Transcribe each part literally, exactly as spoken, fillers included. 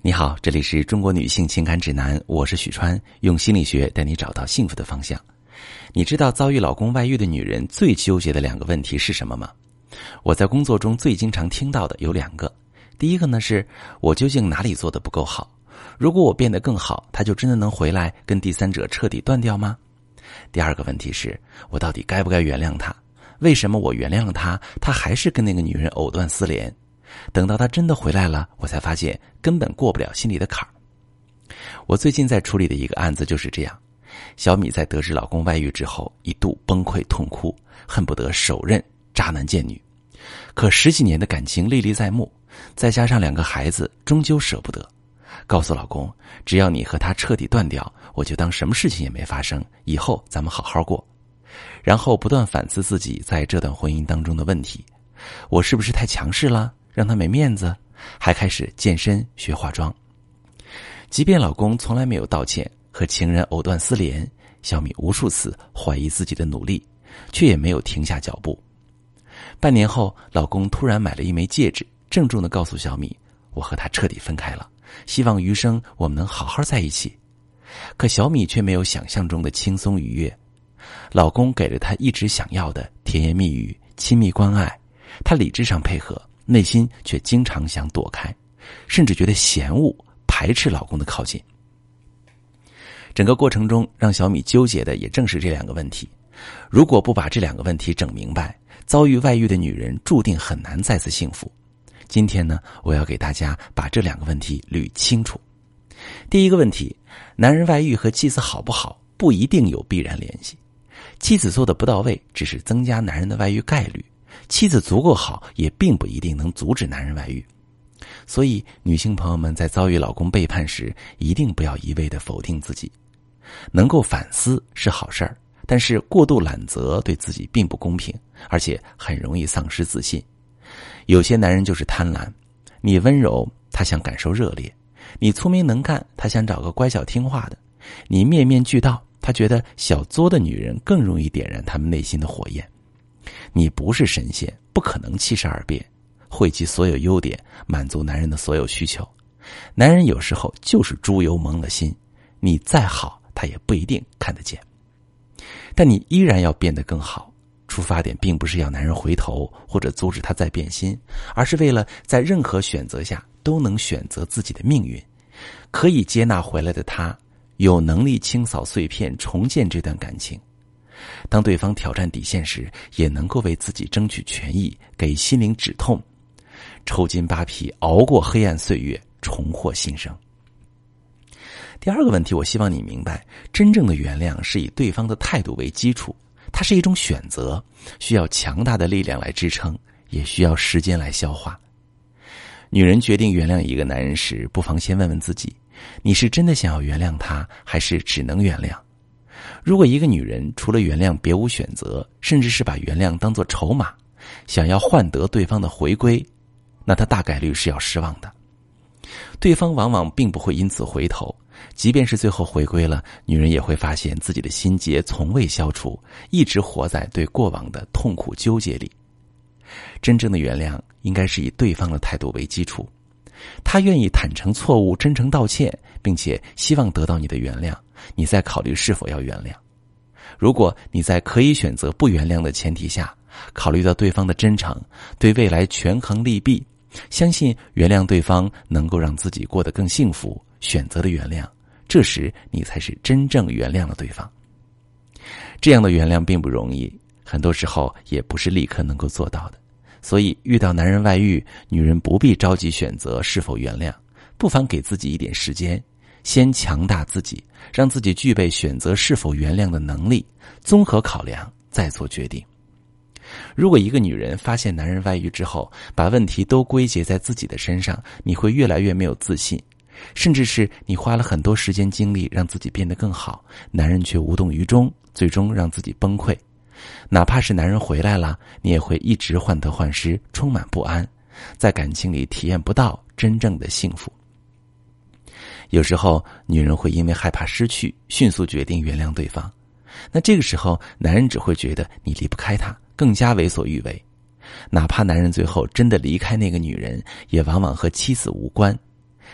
你好，这里是中国女性情感指南，我是许川，用心理学带你找到幸福的方向。你知道遭遇老公外遇的女人最纠结的两个问题是什么吗？我在工作中最经常听到的有两个。第一个呢是，我究竟哪里做得不够好？如果我变得更好，他就真的能回来跟第三者彻底断掉吗？第二个问题是，我到底该不该原谅他？为什么我原谅了他，他还是跟那个女人藕断丝连？等到他真的回来了，我才发现根本过不了心里的坎儿。我最近在处理的一个案子就是这样，小米在得知老公外遇之后，一度崩溃痛哭，恨不得手刃渣男贱女。可十几年的感情历历在目，再加上两个孩子，终究舍不得。告诉老公，只要你和他彻底断掉，我就当什么事情也没发生，以后咱们好好过。然后不断反思自己在这段婚姻当中的问题，我是不是太强势了，让他没面子？还开始健身学化妆。即便老公从来没有道歉，和情人藕断丝连，小米无数次怀疑自己的努力，却也没有停下脚步。半年后，老公突然买了一枚戒指，郑重地告诉小米，我和他彻底分开了，希望余生我们能好好在一起。可小米却没有想象中的轻松愉悦，老公给了她一直想要的甜言蜜语、亲密关爱，她理智上配合，内心却经常想躲开，甚至觉得嫌恶，排斥老公的靠近。整个过程中让小米纠结的也正是这两个问题。如果不把这两个问题整明白，遭遇外遇的女人注定很难再次幸福。今天呢，我要给大家把这两个问题捋清楚。第一个问题，男人外遇和妻子好不好不一定有必然联系。妻子做的不到位，只是增加男人的外遇概率，妻子足够好，也并不一定能阻止男人外遇。所以女性朋友们在遭遇老公背叛时，一定不要一味地否定自己。能够反思是好事儿，但是过度揽责对自己并不公平，而且很容易丧失自信。有些男人就是贪婪，你温柔，他想感受热烈；你聪明能干，他想找个乖巧听话的；你面面俱到，他觉得小作的女人更容易点燃他们内心的火焰。你不是神仙，不可能七十二变，汇集所有优点，满足男人的所有需求。男人有时候就是猪油蒙了心，你再好，他也不一定看得见。但你依然要变得更好，出发点并不是要男人回头或者阻止他再变心，而是为了在任何选择下都能选择自己的命运，可以接纳回来的他，有能力清扫碎片，重建这段感情。当对方挑战底线时，也能够为自己争取权益，给心灵止痛，抽筋扒皮，熬过黑暗岁月，重获新生。第二个问题，我希望你明白，真正的原谅是以对方的态度为基础，它是一种选择，需要强大的力量来支撑，也需要时间来消化。女人决定原谅一个男人时，不妨先问问自己，你是真的想要原谅他，还是只能原谅？如果一个女人除了原谅别无选择，甚至是把原谅当作筹码，想要换得对方的回归，那她大概率是要失望的。对方往往并不会因此回头，即便是最后回归了，女人也会发现自己的心结从未消除，一直活在对过往的痛苦纠结里。真正的原谅应该是以对方的态度为基础，他愿意坦诚错误，真诚道歉，并且希望得到你的原谅，你再考虑是否要原谅。如果你在可以选择不原谅的前提下，考虑到对方的真诚，对未来权衡利弊，相信原谅对方能够让自己过得更幸福，选择的原谅，这时你才是真正原谅了对方。这样的原谅并不容易，很多时候也不是立刻能够做到的。所以遇到男人外遇，女人不必着急选择是否原谅，不妨给自己一点时间，先强大自己，让自己具备选择是否原谅的能力，综合考量再做决定。如果一个女人发现男人外遇之后，把问题都归结在自己的身上，你会越来越没有自信，甚至是你花了很多时间精力让自己变得更好，男人却无动于衷，最终让自己崩溃。哪怕是男人回来了，你也会一直患得患失，充满不安，在感情里体验不到真正的幸福。有时候女人会因为害怕失去，迅速决定原谅对方，那这个时候男人只会觉得你离不开他，更加为所欲为。哪怕男人最后真的离开那个女人，也往往和妻子无关。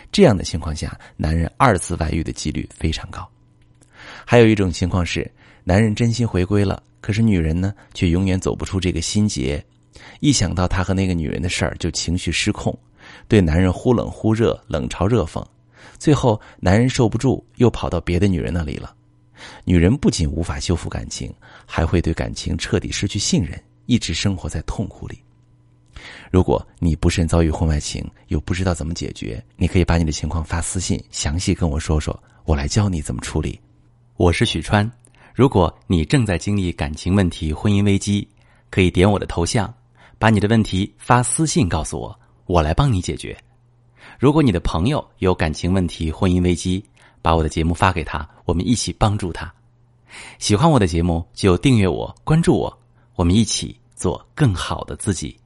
这样的情况下，男人二次外遇的几率非常高。还有一种情况是，男人真心回归了，可是女人呢，却永远走不出这个心结。一想到他和那个女人的事儿，就情绪失控，对男人忽冷忽热，冷嘲热讽。最后，男人受不住，又跑到别的女人那里了。女人不仅无法修复感情，还会对感情彻底失去信任，一直生活在痛苦里。如果你不慎遭遇婚外情，又不知道怎么解决，你可以把你的情况发私信，详细跟我说说，我来教你怎么处理。 我是许川，如果你正在经历感情问题、婚姻危机，可以点我的头像，把你的问题发私信告诉我，我来帮你解决。如果你的朋友有感情问题、婚姻危机，把我的节目发给他，我们一起帮助他。喜欢我的节目就订阅我、关注我，我们一起做更好的自己。